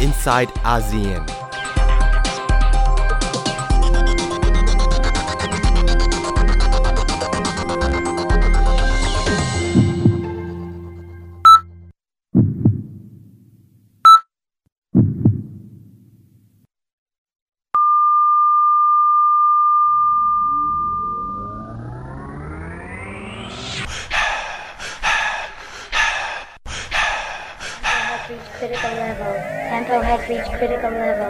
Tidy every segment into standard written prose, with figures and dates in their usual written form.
inside ASEAN. Critical level. Tempo has reached critical level.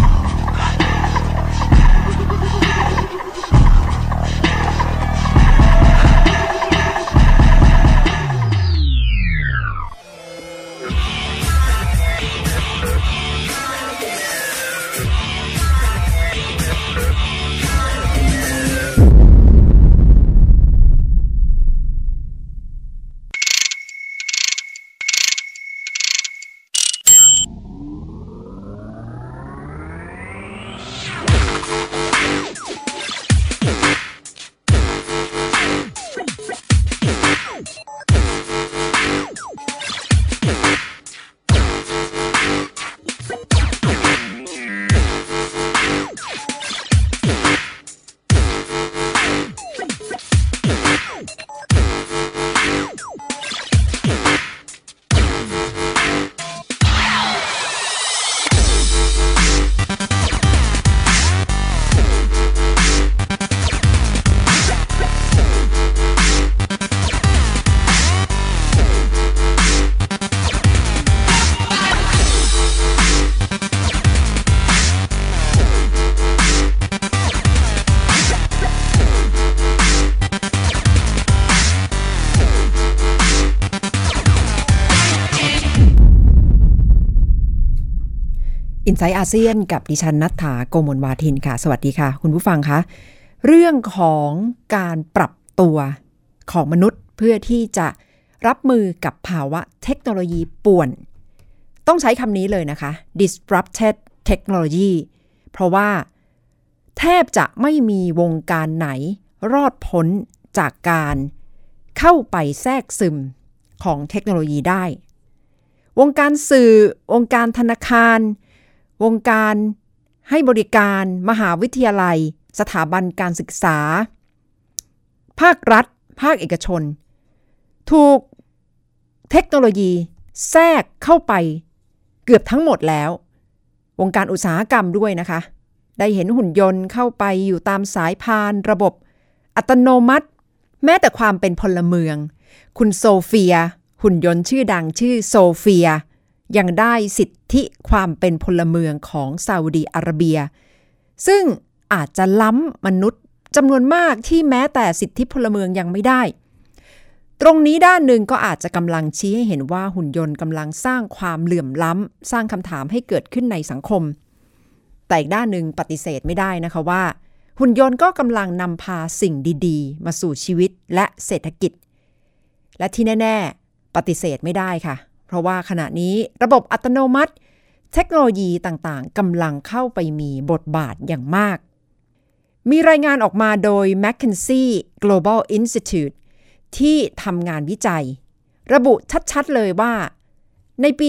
อินไซต์อาเซียนกับดิฉันณัฐฐา โกมลวาทินค่ะสวัสดีค่ะคุณผู้ฟังคะเรื่องของการปรับตัวของมนุษย์เพื่อที่จะรับมือกับภาวะเทคโนโลยีป่วนต้องใช้คำนี้เลยนะคะ disrupted technology เพราะว่าแทบจะไม่มีวงการไหนรอดพ้นจากการเข้าไปแทรกซึมของเทคโนโลยีได้วงการสื่อวงการธนาคารวงการให้บริการมหาวิทยาลัยสถาบันการศึกษาภาครัฐภาคเอกชนถูกเทคโนโลยีแทรกเข้าไปเกือบทั้งหมดแล้ววงการอุตสาหกรรมด้วยนะคะได้เห็นหุ่นยนต์เข้าไปอยู่ตามสายพานระบบอัตโนมัติแม้แต่ความเป็นพลเมืองคุณโซเฟียหุ่นยนต์ชื่อดังชื่อโซเฟียยังได้สิทธิความเป็นพลเมืองของซาอุดีอาระเบียซึ่งอาจจะล้ำมนุษย์จำนวนมากที่แม้แต่สิทธิพลเมืองยังไม่ได้ตรงนี้ด้านหนึ่งก็อาจจะกำลังชี้ให้เห็นว่าหุ่นยนต์กำลังสร้างความเหลื่อมล้ำสร้างคำถามให้เกิดขึ้นในสังคมแต่อีกด้านหนึ่งปฏิเสธไม่ได้นะคะว่าหุ่นยนต์ก็กำลังนำพาสิ่งดีๆมาสู่ชีวิตและเศรษฐกิจและที่แน่ๆปฏิเสธไม่ได้ค่ะเพราะว่าขณะนี้ระบบอัตโนมัติเทคโนโลยีต่างๆกำลังเข้าไปมีบทบาทอย่างมากมีรายงานออกมาโดย McKinsey Global Institute ที่ทำงานวิจัยระบุชัดๆเลยว่าในปี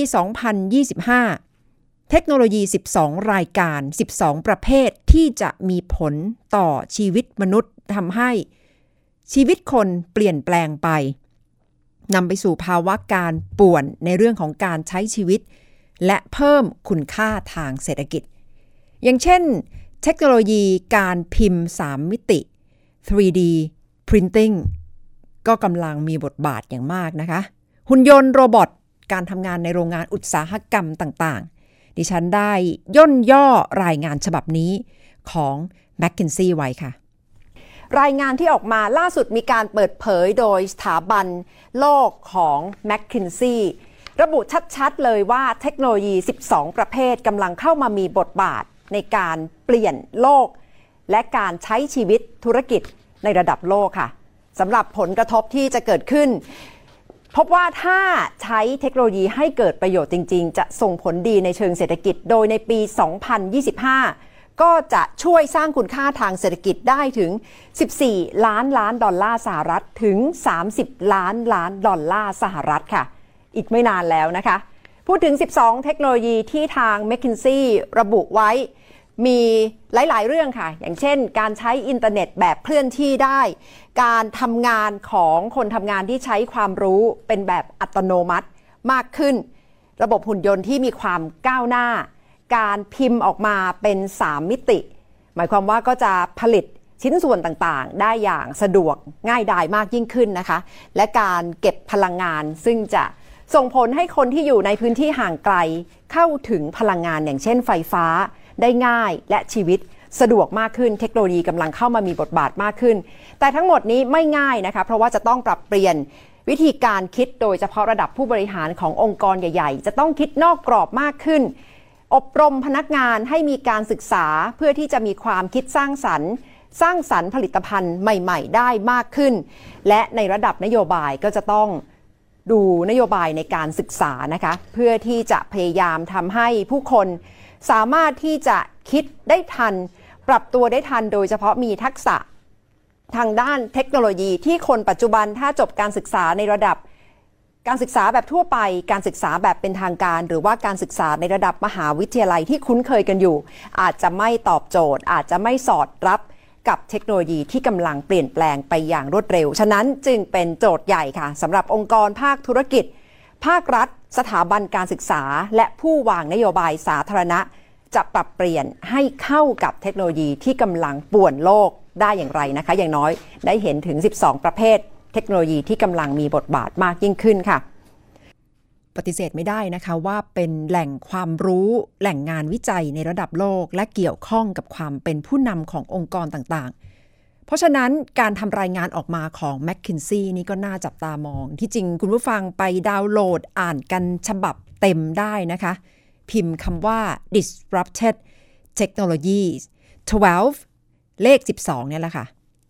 2025 เทคโนโลยี 12 รายการ 12 ประเภทที่จะมีผลต่อชีวิตมนุษย์ทำให้ชีวิตคนเปลี่ยนแปลงไปนำไปสู่ภาวะการป่วนในเรื่องของการใช้ชีวิตและเพิ่มคุณค่าทางเศรษฐกิจอย่างเช่นเทคโนโลยีการพิมพ์3มิติ 3D Printing ก็กำลังมีบทบาทอย่างมากนะคะหุ่นยนต์โรบอทการทำงานในโรงงานอุตสาหกรรมต่างๆดิฉันได้ย่นย่อรายงานฉบับนี้ของ McKinsey ไว้ค่ะรายงานที่ออกมาล่าสุดมีการเปิดเผยโดยสถาบันโลกของ McKinsey ระบุชัดๆเลยว่าเทคโนโลยี 12 ประเภทกำลังเข้ามามีบทบาทในการเปลี่ยนโลกและการใช้ชีวิตธุรกิจในระดับโลกค่ะสำหรับผลกระทบที่จะเกิดขึ้นพบว่าถ้าใช้เทคโนโลยีให้เกิดประโยชน์จริงๆจะส่งผลดีในเชิงเศรษฐกิจโดยในปี 2025 ก็จะช่วยสร้างคุณค่าทางเศรษฐกิจได้ถึง14 ล้านล้านดอลลาร์สหรัฐถึง30 ล้านล้านดอลลาร์สหรัฐค่ะอีกไม่นานแล้วนะคะพูดถึง12เทคโนโลยีที่ทาง McKinsey ระบุไว้มีหลายๆเรื่องค่ะอย่างเช่นการใช้อินเทอร์เน็ตแบบเคลื่อนที่ได้การทำงานของคนทำงานที่ใช้ความรู้เป็นแบบอัตโนมัติมากขึ้นระบบหุ่นยนต์ที่มีความก้าวหน้าการพิมพ์ออกมาเป็น3มิติหมายความว่าก็จะผลิตชิ้นส่วนต่างๆได้อย่างสะดวกง่ายดายมากยิ่งขึ้นนะคะและการเก็บพลังงานซึ่งจะส่งผลให้คนที่อยู่ในพื้นที่ห่างไกลเข้าถึงพลังงานอย่างเช่นไฟฟ้าได้ง่ายและชีวิตสะดวกมากขึ้นเทคโนโลยีกำลังเข้ามามีบทบาทมากขึ้นแต่ทั้งหมดนี้ไม่ง่ายนะคะเพราะว่าจะต้องปรับเปลี่ยนวิธีการคิดโดยเฉพาะระดับผู้บริหารขององค์กรใหญ่ๆจะต้องคิดนอกกรอบมากขึ้นอบรมพนักงานให้มีการศึกษาเพื่อที่จะมีความคิดสร้างสรรค์ผลิตภัณฑ์ใหม่ๆได้มากขึ้นและในระดับนโยบายก็จะต้องดูนโยบายในการศึกษานะคะเพื่อที่จะพยายามทำให้ผู้คนสามารถที่จะคิดได้ทันปรับตัวได้ทันโดยเฉพาะมีทักษะทางด้านเทคโนโลยีที่คนปัจจุบันถ้าจบการศึกษาในระดับการศึกษาแบบทั่วไปการศึกษาแบบเป็นทางการหรือว่าการศึกษาในระดับมหาวิทยาลัยที่คุ้นเคยกันอยู่อาจจะไม่ตอบโจทย์อาจจะไม่สอดรับกับเทคโนโลยีที่กำลังเปลี่ยนแปลงไปอย่างรวดเร็วฉะนั้นจึงเป็นโจทย์ใหญ่ค่ะสำหรับองค์กรภาคธุรกิจภาครัฐสถาบันการศึกษาและผู้วางนโยบายสาธารณะจะปรับเปลี่ยนให้เข้ากับเทคโนโลยีที่กำลังป่วนโลกได้อย่างไรนะคะอย่างน้อยได้เห็นถึง12ประเภทเทคโนโลยีที่กำลังมีบทบาทมากยิ่งขึ้นค่ะปฏิเสธไม่ได้นะคะว่าเป็นแหล่งความรู้แหล่งงานวิจัยในระดับโลกและเกี่ยวข้องกับความเป็นผู้นำขององค์กรต่างๆเพราะฉะนั้นการทำรายงานออกมาของ McKinsey นี่ก็น่าจับตามองที่จริงคุณผู้ฟังไปดาวน์โหลดอ่านกันฉบับเต็มได้นะคะพิมพ์คำว่า disrupted technologies 12เลข12เนี่ยแหละค่ะ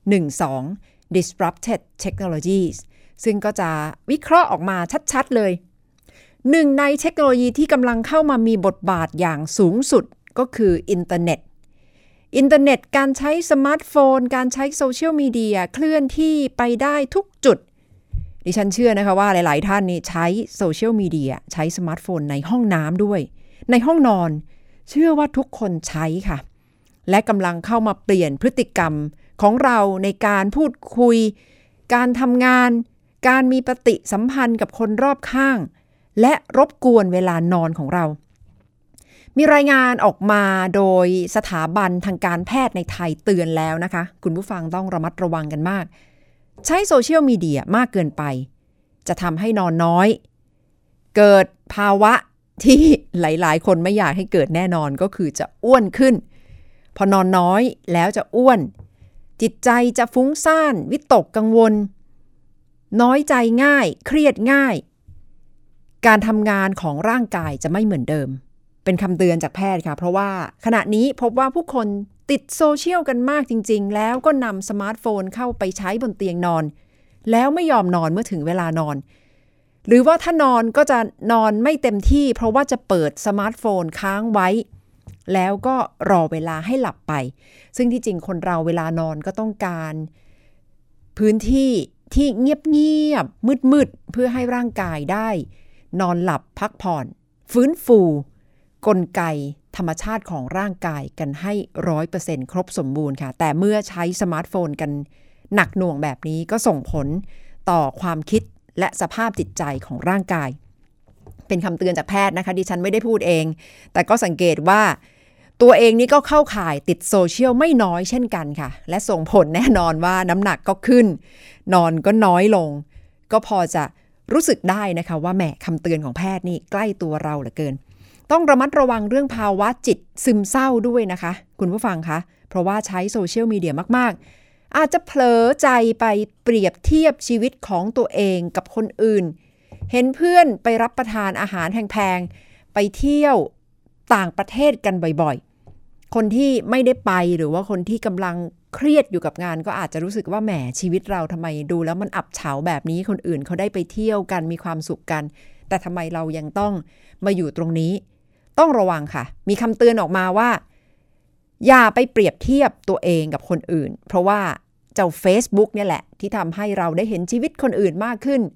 12 disrupted technologies ซึ่งก็จะวิเคราะห์ออกมาชัดๆเลยหนึ่งในเทคโนโลยีที่กำลังเข้ามามีบทบาทอย่างสูงสุดก็คืออินเทอร์เน็ตการใช้สมาร์ทโฟนการใช้โซเชียลมีเดียเคลื่อนที่ไปได้ทุกจุดดิฉันเชื่อนะคะว่าหลายๆท่านนี่ใช้โซเชียลมีเดียใช้สมาร์ทโฟนในห้องน้ำด้วยในห้องนอนเชื่อว่าทุกคนใช้ค่ะและกำลังเข้ามาเปลี่ยนพฤติกรรมของเราในการพูดคุยการทำงานการมีปฏิสัมพันธ์กับคนรอบข้างและรบกวนเวลานอนของเรามีรายงานออกมาโดยสถาบันทางการแพทย์ในไทยเตือนแล้วนะคะคุณผู้ฟังต้องระมัดระวังกันมากใช้โซเชียลมีเดียมากเกินไปจะทำให้นอนน้อยเกิดภาวะที่หลายๆคนไม่อยากให้เกิดแน่นอนก็คือจะอ้วนขึ้นพอนอนน้อยแล้วจะอ้วนจิตใจจะฟุ้งซ่านวิตกกังวลน้อยใจง่ายเครียดง่ายการทำงานของร่างกายจะไม่เหมือนเดิมเป็นคำเตือนจากแพทย์ค่ะเพราะว่าขณะนี้พบว่าผู้คนติดโซเชียลกันมากจริงๆแล้วก็นำสมาร์ทโฟนเข้าไปใช้บนเตียงนอนแล้วไม่ยอมนอนเมื่อถึงเวลานอนหรือว่าถ้านอนก็จะนอนไม่เต็มที่เพราะว่าจะเปิดสมาร์ทโฟนค้างไว้แล้วก็รอเวลาให้หลับไปซึ่งที่จริงคนเราเวลานอนก็ต้องการพื้นที่ที่เงียบๆมืดๆเพื่อให้ร่างกายได้นอนหลับพักผ่อนฟื้นฟูกลไกธรรมชาติของร่างกายกันให้ 100% ครบสมบูรณ์ค่ะแต่เมื่อใช้สมาร์ทโฟนกันหนักหน่วงแบบนี้ก็ส่งผลต่อความคิดและสภาพจิตใจของร่างกายเป็นคำเตือนจากแพทย์นะคะดิฉันไม่ได้พูดเองแต่ก็สังเกตว่าตัวเองนี่ก็เข้าข่ายติดโซเชียลไม่น้อยเช่นกันค่ะและส่งผลแน่นอนว่าน้ำหนักก็ขึ้นนอนก็น้อยลงก็พอจะรู้สึกได้นะคะว่าแหมคำเตือนของแพทย์นี่ใกล้ตัวเราเหลือเกินต้องระมัดระวังเรื่องภาวะจิตซึมเศร้าด้วยนะคะคุณผู้ฟังคะเพราะว่าใช้โซเชียลมีเดียมากๆอาจจะเผลอใจไปเปรียบเทียบชีวิตของตัวเองกับคนอื่นเห็นเพื่อนไปรับประทานอาหารแพงๆไปเที่ยวต่างประเทศกันบ่อยๆคนที่ไม่ได้ไปหรือว่าคนที่กำลังเครียดอยู่กับงานก็อาจจะรู้สึกว่าแหมชีวิตเราทำไมดูแล้วมันอับเฉาแบบนี้คนอื่นเขาได้ไปเที่ยวกันมีความสุขกันแต่ทำไมเรายังต้องมาอยู่ตรงนี้ต้องระวังค่ะมีคำเตือนออกมาว่าอย่าไปเปรียบเทียบตัวเองกับคนอื่นเพราะว่าเจ้า Facebook เนี่ยแหละที่ทำให้เราได้เห็นชีวิตคนอื่นมากขึ้น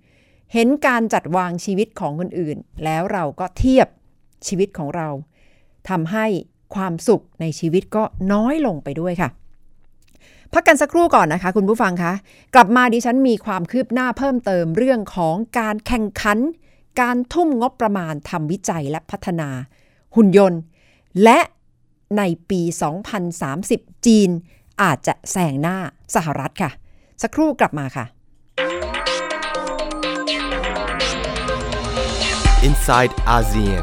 เห็นการจัดวางชีวิตของคนอื่นแล้วเราก็เทียบชีวิตของเราทำให้ความสุขในชีวิตก็น้อยลงไปด้วยค่ะพักกันสักครู่ก่อนนะคะคุณผู้ฟังคะกลับมาดิฉันมีความคืบหน้าเพิ่มเติมเรื่องของการแข่งขันการทุ่มงบประมาณทำวิจัยและพัฒนาหุ่นยนต์และในปี 2030 จีนอาจจะแซงหน้าสหรัฐค่ะสักครู่กลับมาค่ะ Inside ASEAN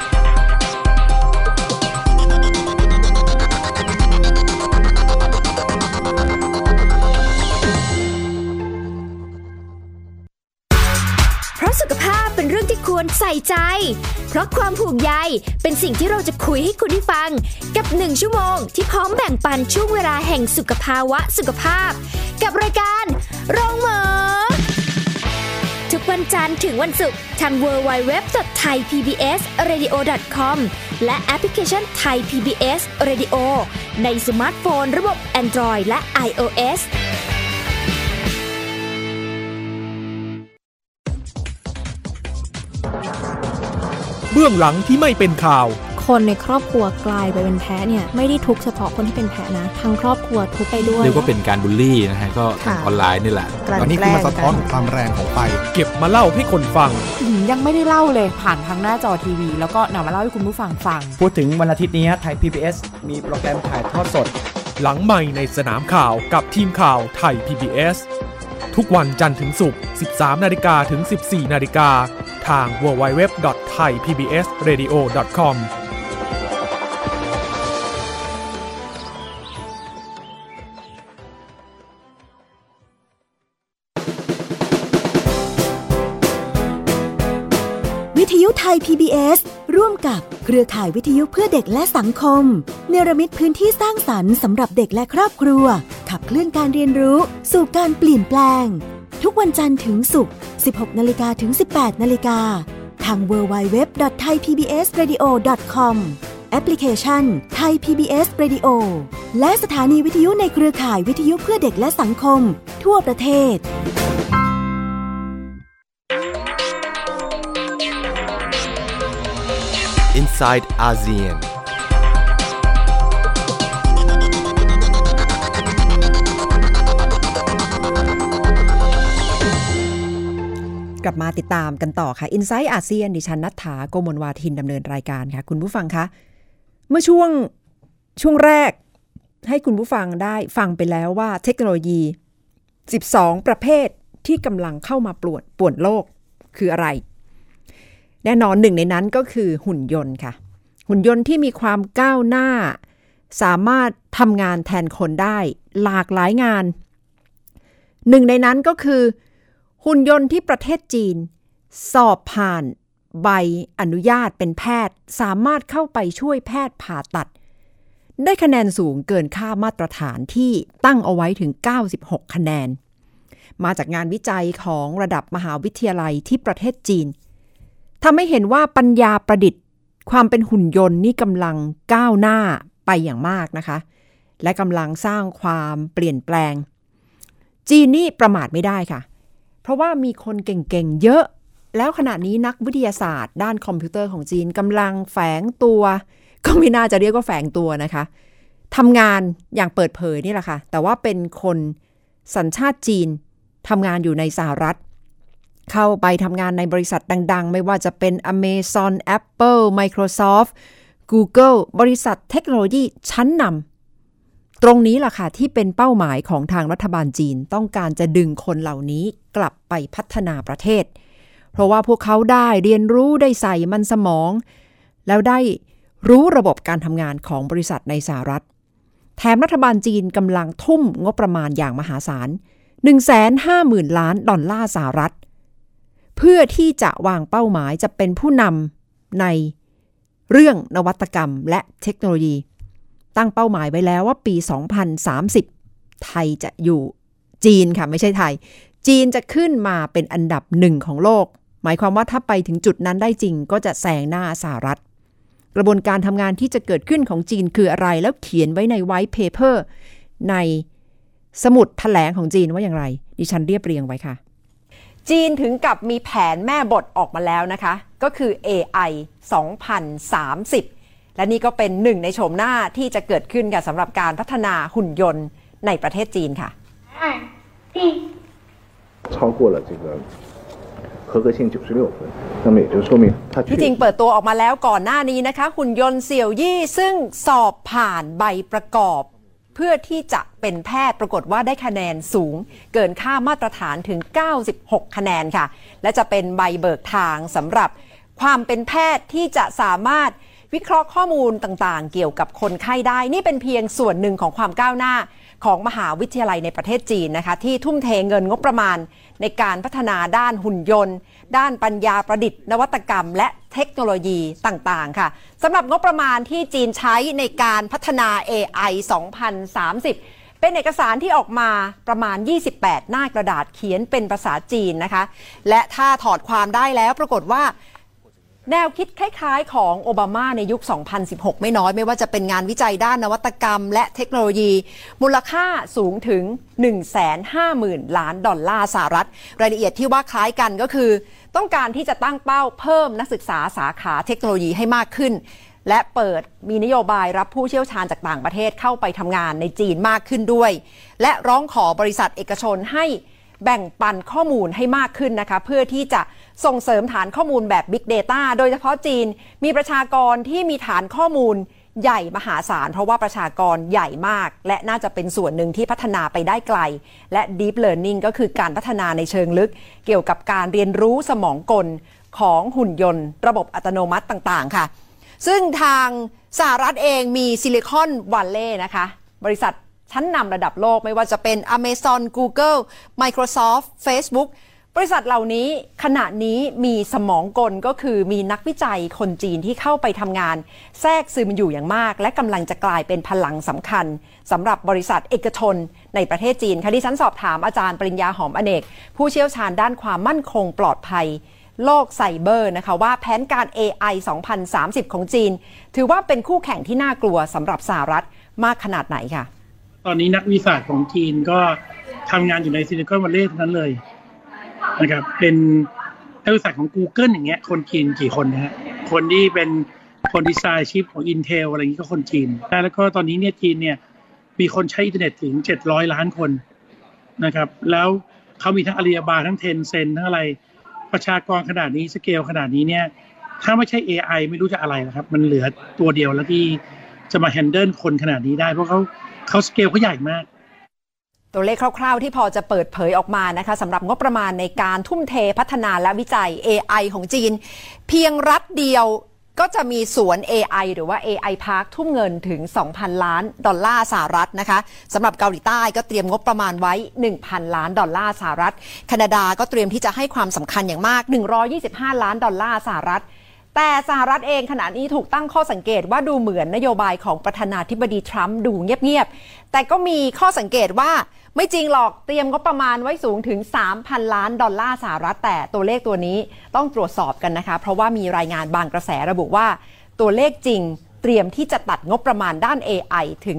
เพราะสุขภาพเป็นเรื่องที่ควรใส่ใจเพราะความห่วงใยเป็นสิ่งที่เราจะคุยให้คุณได้ฟังกับ1ชั่วโมงที่พร้อมแบ่งปันช่วงเวลาแห่งสุขภาวะสุขภาพกับรายการโรงหมอทุกวันจันทร์ถึงวันศุกร์ทาง www.thaipbsradio.com และแอปพลิเคชัน Thai PBS Radio ในสมาร์ทโฟนระบบ Android และ iOS เบื้องหลังที่ไม่เป็นข่าวคนในครอบครัวกลายไปเป็นแพ้เนี่ยไม่ได้ทุกข์เฉพาะคนที่เป็นแพ้นะทั้งครอบครัวทุกข์ไปด้วยเรียกว่าเป็นการบูลลี่นะฮะก็ทางออนไลน์นี่แหละตอนนี้คือมาสะท้อนความแรงของไฟเก็บมาเล่าให้คนฟังยังไม่ได้เล่าเลยผ่านทางหน้าจอทีวีแล้วก็นำมาเล่าให้คุณผู้ฟังฟังพูดถึงวันอาทิตย์นี้ไทย PBS มีโปรแกรมถ่ายทอดสดหลังใหม่ในสนามข่าวกับทีมข่าวไทย PBS ทุกวันจันทร์ถึงศุกร์ 13:00 นถึง 14:00 นทาง www.thaipbsradio.com วิทยุไทย PBS ร่วมกับเครือข่ายวิทยุเพื่อเด็กและสังคมเนรมิตพื้นที่สร้างสรรค์สำหรับเด็กและครอบครัวขับเคลื่อนการเรียนรู้สู่การเปลี่ยนแปลงทุกวันจันทร์ถึงศุกร์ 16:00 นถึง 18:00 นทาง www.thaipbsradio.com แอปพลิเคชัน Thai PBS Radio และสถานีวิทยุในเครือข่ายวิทยุเพื่อเด็กและสังคมทั่วประเทศ Inside ASEAN กลับมาติดตามกันต่อค่ะ Inside ASEAN ดิฉันณัฐฐา โกมลวาทินดำเนินรายการค่ะคุณผู้ฟังคะเมื่อช่วงแรกให้คุณผู้ฟังได้ฟังไปแล้วว่าเทคโนโลยี12ประเภทที่กำลังเข้ามาป่วนโลกคืออะไรแน่นอนหนึ่งในนั้นก็คือหุ่นยนต์ค่ะหุ่นยนต์ที่มีความก้าวหน้าสามารถทำงานแทนคนได้หลากหลายงานหนึ่งในนั้นก็คือหุ่นยนต์ที่ประเทศจีนสอบผ่านใบอนุญาตเป็นแพทย์สามารถเข้าไปช่วยแพทย์ผ่าตัดได้คะแนนสูงเกินค่ามาตรฐานที่ตั้งเอาไว้ถึง96คะแนนมาจากงานวิจัยของระดับมหาวิทยาลัยที่ประเทศจีนทำให้เห็นว่าปัญญาประดิษฐ์ความเป็นหุ่นยนต์นี่กำลังก้าวหน้าไปอย่างมากนะคะและกำลังสร้างความเปลี่ยนแปลงจีนนี่ประมาทไม่ได้ค่ะเพราะว่ามีคนเก่งๆเยอะแล้วขณะนี้นักวิทยาศาสตร์ด้านคอมพิวเตอร์ของจีนกำลังแฝงตัวก็ไม่น่าจะเรียกว่าแฝงตัวนะคะทำงานอย่างเปิดเผยนี่แหละค่ะแต่ว่าเป็นคนสัญชาติจีนทำงานอยู่ในสหรัฐเข้าไปทำงานในบริษัทดังๆไม่ว่าจะเป็น Amazon Apple Microsoft Google บริษัทเทคโนโลยีชั้นนำตรงนี้ล่ะค่ะที่เป็นเป้าหมายของทางรัฐบาลจีนต้องการจะดึงคนเหล่านี้กลับไปพัฒนาประเทศเพราะว่าพวกเขาได้เรียนรู้ได้ใส่มันสมองแล้วได้รู้ระบบการทำงานของบริษัทในสหรัฐแถมรัฐบาลจีนกำลังทุ่มงบประมาณอย่างมหาศาล 150,000 ล้านดอลลาร์สหรัฐเพื่อที่จะวางเป้าหมายจะเป็นผู้นำในเรื่องนวัตกรรมและเทคโนโลยีตั้งเป้าหมายไว้แล้วว่าปี 2030 ไทยจะอยู่จีนค่ะไม่ใช่ไทยจีนจะขึ้นมาเป็นอันดับ1ของโลกหมายความว่าถ้าไปถึงจุดนั้นได้จริงก็จะแซงหน้าสหรัฐกระบวนการทำงานที่จะเกิดขึ้นของจีนคืออะไรแล้วเขียนไว้ในไวท์เพเปอร์ในสมุดแถลงของจีนว่าอย่างไรดิฉันเรียบเรียงไว้ค่ะจีนถึงกับมีแผนแม่บทออกมาแล้วนะคะก็คือ AI 2030 และนี่ก็เป็นหนึ่งในโฉมหน้าที่จะเกิดขึ้นค่ะสำหรับการพัฒนาหุ่นยนต์ในประเทศจีนค่ะ超过了这个合格性96分，那么也就说明它ที่จริงเปิดตัวออกมาแล้วก่อนหน้านี้นะคะหุ่นยนต์เสี่ยวยี่ซึ่งสอบผ่านใบประกอบเพื่อที่จะเป็นแพทย์ปรากฏว่าได้คะแนนสูงเกินค่ามาตรฐานถึง96คะแนนค่ะและจะเป็นใบเบิกทางสำหรับความเป็นแพทย์ที่จะสามารถวิเคราะห์ข้อมูลต่างๆเกี่ยวกับคนไข้ได้นี่เป็นเพียงส่วนหนึ่งของความก้าวหน้าของมหาวิทยาลัยในประเทศจีนนะคะที่ทุ่มเทเงินงบประมาณในการพัฒนาด้านหุ่นยนต์ด้านปัญญาประดิษฐ์นวัตกรรมและเทคโนโลยีต่างๆค่ะสำหรับงบประมาณที่จีนใช้ในการพัฒนา AI 2030 เป็นเอกสารที่ออกมาประมาณ28หน้ากระดาษเขียนเป็นภาษาจีนนะคะและถ้าถอดความได้แล้วปรากฏว่าแนวคิดคล้ายๆของโอบามาในยุค 2016 ไม่น้อยไม่ว่าจะเป็นงานวิจัยด้านนวัตกรรมและเทคโนโลยีมูลค่าสูงถึง 150,000 ล้านดอลลาร์สหรัฐรายละเอียดที่ว่าคล้ายกันก็คือต้องการที่จะตั้งเป้าเพิ่มนักศึกษาสาขาเทคโนโลยีให้มากขึ้นและมีนโยบายรับผู้เชี่ยวชาญจากต่างประเทศเข้าไปทำงานในจีนมากขึ้นด้วยและร้องขอบริษัทเอกชนให้แบ่งปันข้อมูลให้มากขึ้นนะคะเพื่อที่จะส่งเสริมฐานข้อมูลแบบ Big Data โดยเฉพาะจีนมีประชากรที่มีฐานข้อมูลใหญ่มหาศาลเพราะว่าประชากรใหญ่มากและน่าจะเป็นส่วนหนึ่งที่พัฒนาไปได้ไกลและ Deep Learning ก็คือการพัฒนาในเชิงลึกเกี่ยวกับการเรียนรู้สมองกลของหุ่นยนต์ระบบอัตโนมัติต่างๆค่ะซึ่งทางสหรัฐเองมีซิลิคอนวัลเลย์นะคะบริษัทชั้นนำระดับโลกไม่ว่าจะเป็น Amazon Google Microsoft Facebook บริษัทเหล่านี้ขณะนี้มีสมองกลก็คือมีนักวิจัยคนจีนที่เข้าไปทำงานแทรกซึมอยู่อย่างมากและกำลังจะกลายเป็นพลังสำคัญสำหรับบริษัทเอกชนในประเทศจีนค่ะดิฉันสอบถามอาจารย์ปริญญาหอมอเนกผู้เชี่ยวชาญด้านความมั่นคงปลอดภัยโลกไซเบอร์นะคะว่าแผนการ AI 2030 ของจีนถือว่าเป็นคู่แข่งที่น่ากลัวสำหรับสหรัฐมากขนาดไหนค่ะตอนนี้นักวิชาของจีนก็ทำงานอยู่ในซิลิคอนวัลเลย์ทั้งนั้นเลยนะครับเป็นนักวิชาของ Google อย่างเงี้ยคนจีนกี่คนนะฮะคนที่เป็นคนดีไซน์ชิปของ Intel อะไรอย่างนี้ก็คนจีนแล้วก็ตอนนี้เนี่ยจีนเนี่ยมีคนใช้อินเทอร์เน็ตถึง700ล้านคนนะครับแล้วเขามีทั้งอาลีบาบาทั้ง Tencent ทั้งอะไรประชากรขนาดนี้สเกลขนาดนี้เนี่ยถ้าไม่ใช่ AI ไม่รู้จะอะไรนะครับมันเหลือตัวเดียวแล้วที่จะมาแฮนเดิลคนขนาดนี้ได้เพราะเขาสเกลเขาใหญ่มากตัวเลขคร่าวๆที่พอจะเปิดเผยออกมานะคะสำหรับงบประมาณในการทุ่มเทพัฒนาและวิจัย AI ของจีนเพียงรัฐเดียวก็จะมีสวน AI หรือว่า AI Park ทุ่มเงินถึง 2,000 ล้านดอลลาร์สหรัฐนะคะสำหรับเกาหลีใต้ก็เตรียมงบประมาณไว้ 1,000 ล้านดอลลาร์สหรัฐแคนาดาก็เตรียมที่จะให้ความสำคัญอย่างมาก125ล้านดอลลาร์สหรัฐแต่สหรัฐเองขณะนี้ถูกตั้งข้อสังเกตว่าดูเหมือนนโยบายของประธานาธิบดีทรัมป์ดูเงียบๆแต่ก็มีข้อสังเกตว่าไม่จริงหรอกเตรียมงบประมาณไว้สูงถึง 3,000 ล้านดอลลาร์สหรัฐแต่ตัวเลขตัวนี้ต้องตรวจสอบกันนะคะเพราะว่ามีรายงานบางกระแสระบุว่าตัวเลขจริงเตรียมที่จะตัดงบประมาณด้าน AI ถึง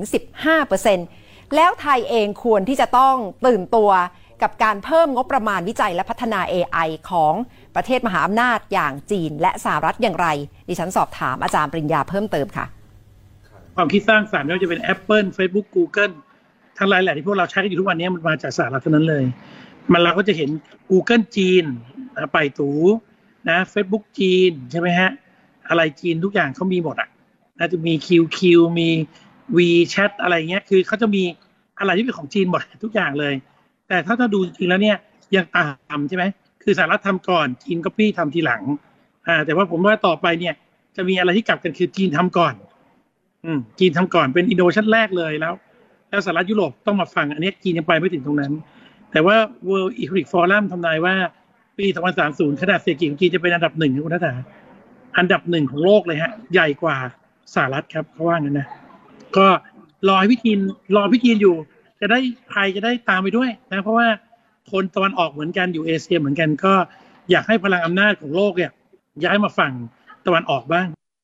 15% แล้วไทยเองควรที่จะต้องตื่นตัวกับการเพิ่มงบประมาณวิจัยและพัฒนา AI ของประเทศมหาอำนาจอย่างจีนและสหรัฐอย่างไรดิฉันสอบถามอาจารย์ปริญญาเพิ่มเติมค่ะความคิดสร้างสรรค์ไม่ว่าจะเป็น Apple Facebook Google ทั้งหลายแหล่ที่พวกเราใช้กันอยู่ทุกวันนี้มันมาจากสหรัฐเท่านั้นเลยเราก็จะเห็น Google จีนไปตูนะ Facebook จีนใช่ไหมฮะอะไรจีนทุกอย่างเขามีหมดอ่ะน่าจะมี QQ มี WeChat อะไรเงี้ยคือเขาจะมีอะไรที่เป็นของจีนหมดทุกอย่างเลยแต่ถ้าดูจริงแล้วเนี่ยยังตามใช่ไหมคือสหรัฐทำก่อนจีนก็ปี้ทำทีหลังแต่ว่าผมว่าต่อไปเนี่ยจะมีอะไรที่กลับกันคือจีนทำก่อนจีนทำก่อนเป็นอินโนเวชั่นแรกเลยแล้วสหรัฐยุโรปต้องมาฟังอันนี้จีนยังไปไม่ถึงตรงนั้นแต่ว่า World Economic Forum ทำนายว่าปี2030ขนาดเศรษฐกิจของจีนจะเป็นอันดับ1ครับคุณนัทธาอันดับ1ของโลกเลยฮะใหญ่กว่าสหรัฐครับเขาว่างั้นนะก็รอพิธีอยู่จะได้ไทยจะได้ตามไปด้วยนะเพราะว่าคนตะวันออกเหมือนกันอยู่เอเชียเหมือนกันก็อยากให้พลังอำนาจของโลกเนี่ยย้ายมาฝั่งตะวันออกบ้าง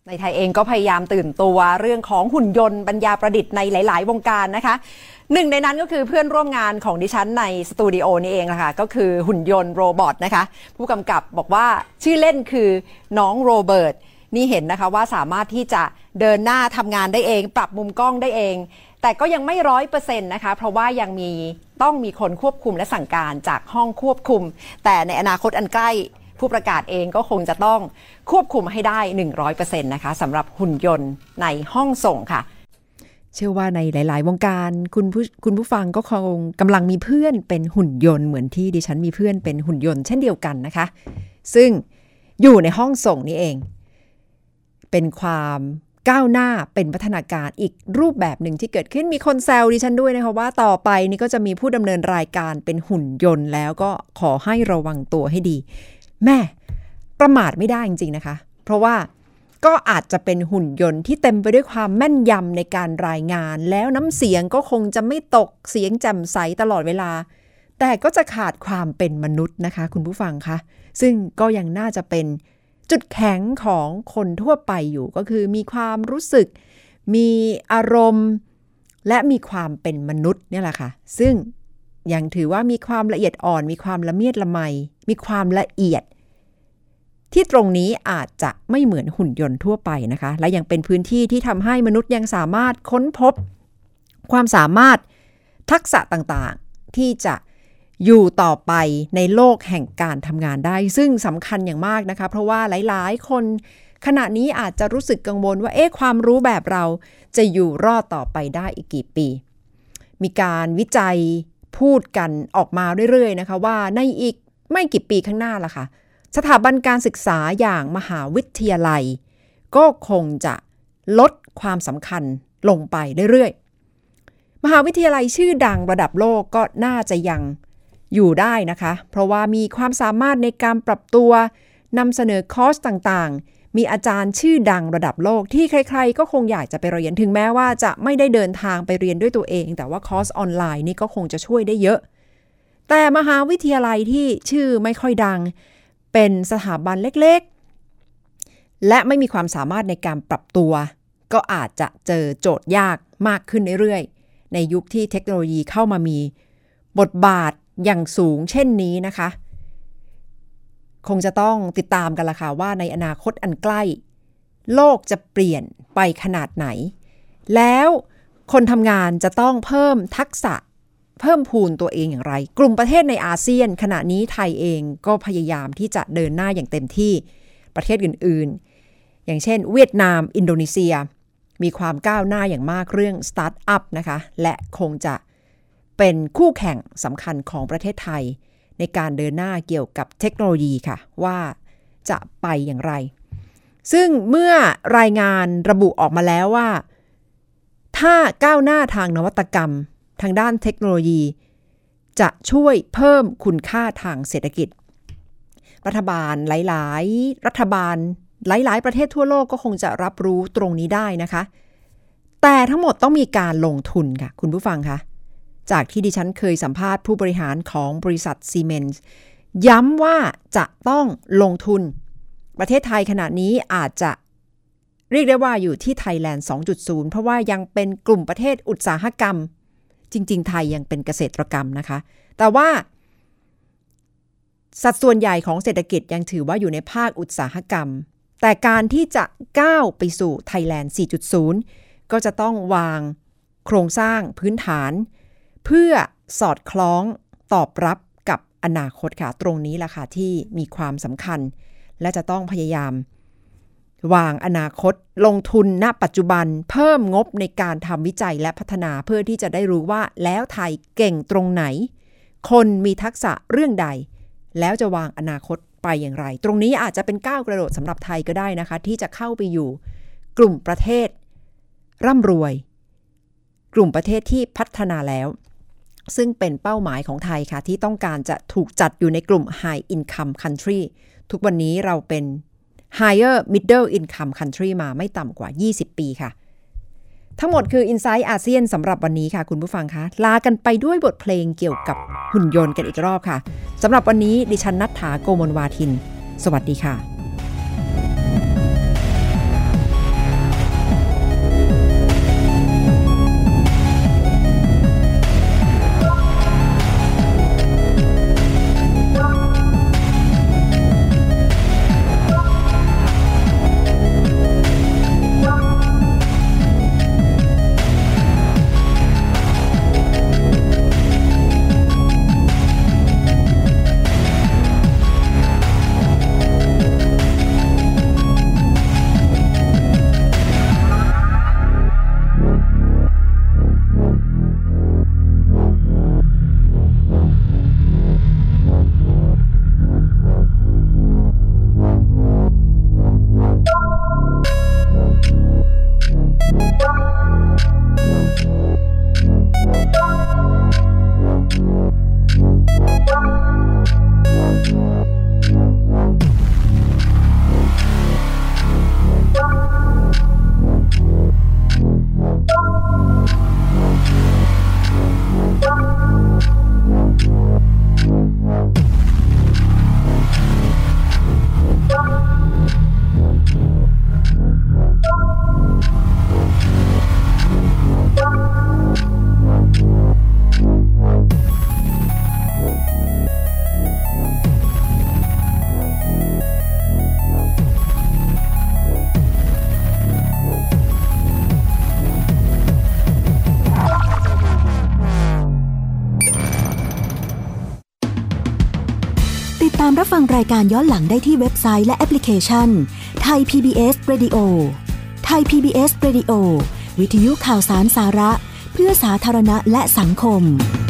ในไทยเองก็พยายามตื่นตัวเรื่องของหุ่นยนต์ปัญญาประดิษฐ์ในหลายๆวงการนะคะหนึ่งในนั้นก็คือเพื่อนร่วมงานของดิฉันในสตูดิโอนี่เองนะคะก็คือหุ่นยนต์โรบอทนะคะผู้กำกับบอกว่าชื่อเล่นคือน้องโรเบิร์ตนี่เห็นนะคะว่าสามารถที่จะเดินหน้าทำงานได้เองปรับมุมกล้องได้เองแต่ก็ยังไม่ 100% นะคะเพราะว่ายังต้องมีคนควบคุมและสั่งการจากห้องควบคุมแต่ในอนาคตอันใกล้ผู้ประกาศเองก็คงจะต้องควบคุมให้ได้ 100% นะคะสำหรับหุ่นยนต์ในห้องส่งค่ะเชื่อว่าในหลายๆวงการคุณผู้ฟังก็คงกำลังมีเพื่อนเป็นหุ่นยนต์เหมือนที่ดิฉันมีเพื่อนเป็นหุ่นยนต์เช่นเดียวกันนะคะซึ่งอยู่ในห้องส่งนี่เองเป็นความก้าวหน้าเป็นพัฒนาการอีกรูปแบบหนึ่งที่เกิดขึ้นมีคนแซวดิฉันด้วยนะคะว่าต่อไปนี่ก็จะมีผู้ดำเนินรายการเป็นหุ่นยนต์แล้วก็ขอให้ระวังตัวให้ดีแม่ประมาทไม่ได้จริงๆนะคะเพราะว่าก็อาจจะเป็นหุ่นยนต์ที่เต็มไปด้วยความแม่นยำในการรายงานแล้วน้ำเสียงก็คงจะไม่ตกเสียงแจ่มใสตลอดเวลาแต่ก็จะขาดความเป็นมนุษย์นะคะคุณผู้ฟังคะซึ่งก็ยังน่าจะเป็นจุดแข็งของคนทั่วไปอยู่ก็คือมีความรู้สึกมีอารมณ์และมีความเป็นมนุษย์เนี่ยแหละค่ะซึ่งยังถือว่ามีความละเอียดอ่อนมีความละเมียดละไมมีความละเอียดที่ตรงนี้อาจจะไม่เหมือนหุ่นยนต์ทั่วไปนะคะและยังเป็นพื้นที่ที่ทำให้มนุษย์ยังสามารถค้นพบความสามารถทักษะต่างๆที่จะอยู่ต่อไปในโลกแห่งการทำงานได้ซึ่งสำคัญอย่างมากนะคะเพราะว่าหลายๆคนขณะนี้อาจจะรู้สึกกังวลว่าความรู้แบบเราจะอยู่รอดต่อไปได้อีกกี่ปีมีการวิจัยพูดกันออกมาเรื่อยๆนะคะว่าในอีกไม่กี่ปีข้างหน้าล่ะค่ะสถาบันการศึกษาอย่างมหาวิทยาลัยก็คงจะลดความสำคัญลงไปเรื่อยๆมหาวิทยาลัยชื่อดังระดับโลกก็น่าจะยังอยู่ได้นะคะเพราะว่ามีความสามารถในการปรับตัวนำเสนอคอร์สต่างๆมีอาจารย์ชื่อดังระดับโลกที่ใครๆก็คงอยากจะไปเรียนถึงแม้ว่าจะไม่ได้เดินทางไปเรียนด้วยตัวเองแต่ว่าคอร์สออนไลน์นี่ก็คงจะช่วยได้เยอะแต่มหาวิทยาลัยที่ชื่อไม่ค่อยดังเป็นสถาบันเล็กๆและไม่มีความสามารถในการปรับตัวก็อาจจะเจอโจทย์ยากมากขึ้นเรื่อยๆในยุคที่เทคโนโลยีเข้ามามีบทบาทอย่างสูงเช่นนี้นะคะคงจะต้องติดตามกันละค่ะว่าในอนาคตอันใกล้โลกจะเปลี่ยนไปขนาดไหนแล้วคนทำงานจะต้องเพิ่มทักษะเพิ่มพูนตัวเองอย่างไรกลุ่มประเทศในอาเซียนขณะนี้ไทยเองก็พยายามที่จะเดินหน้าอย่างเต็มที่ประเทศอื่นๆอย่างเช่นเวียดนามอินโดนีเซียมีความก้าวหน้าอย่างมากเรื่องสตาร์ทอัพนะคะและคงจะเป็นคู่แข่งสำคัญของประเทศไทยในการเดินหน้าเกี่ยวกับเทคโนโลยีค่ะว่าจะไปอย่างไรซึ่งเมื่อรายงานระบุออกมาแล้วว่าถ้าก้าวหน้าทางนวัตกรรมทางด้านเทคโนโลยีจะช่วยเพิ่มคุณค่าทางเศรษฐกิจรัฐบาลหลายๆรัฐบาลหลายๆประเทศทั่วโลกก็คงจะรับรู้ตรงนี้ได้นะคะแต่ทั้งหมดต้องมีการลงทุนค่ะคุณผู้ฟังคะจากที่ดิฉันเคยสัมภาษณ์ผู้บริหารของบริษัทซีเมนส์ย้ำว่าจะต้องลงทุนประเทศไทยขณะนี้อาจจะเรียกได้ว่าอยู่ที่ Thailand 2.0 เพราะว่ายังเป็นกลุ่มประเทศอุตสาหกรรมจริงๆไทยยังเป็นเกษตรกรรมนะคะแต่ว่าสัดส่วนใหญ่ของเศรษฐกิจยังถือว่าอยู่ในภาคอุตสาหกรรมแต่การที่จะก้าวไปสู่ Thailand 4.0 ก็จะต้องวางโครงสร้างพื้นฐานเพื่อสอดคล้องตอบรับกับอนาคตค่ะตรงนี้แหละค่ะที่มีความสำคัญและจะต้องพยายามวางอนาคตลงทุนณปัจจุบันเพิ่มงบในการทำวิจัยและพัฒนาเพื่อที่จะได้รู้ว่าแล้วไทยเก่งตรงไหนคนมีทักษะเรื่องใดแล้วจะวางอนาคตไปอย่างไรตรงนี้อาจจะเป็นก้าวกระโดดสำหรับไทยก็ได้นะคะที่จะเข้าไปอยู่กลุ่มประเทศร่ำรวยกลุ่มประเทศที่พัฒนาแล้วซึ่งเป็นเป้าหมายของไทยค่ะที่ต้องการจะถูกจัดอยู่ในกลุ่ม High Income Country ทุกวันนี้เราเป็น Higher Middle Income Country มาไม่ต่ำกว่า20ปีค่ะทั้งหมดคือ Inside อาเซียนสำหรับวันนี้ค่ะคุณผู้ฟังคะลากันไปด้วยบทเพลงเกี่ยวกับหุ่นยนต์กันอีกรอบค่ะสำหรับวันนี้ดิฉันณัฐฐา โกมลวาทินสวัสดีค่ะามรับฟังรายการย้อนหลังได้ที่เว็บไซต์และแอปพลิเคชัน Thai PBS Radio Thai PBS Radio วิทยุข่าวสารสาระเพื่อสาธารณะและสังคม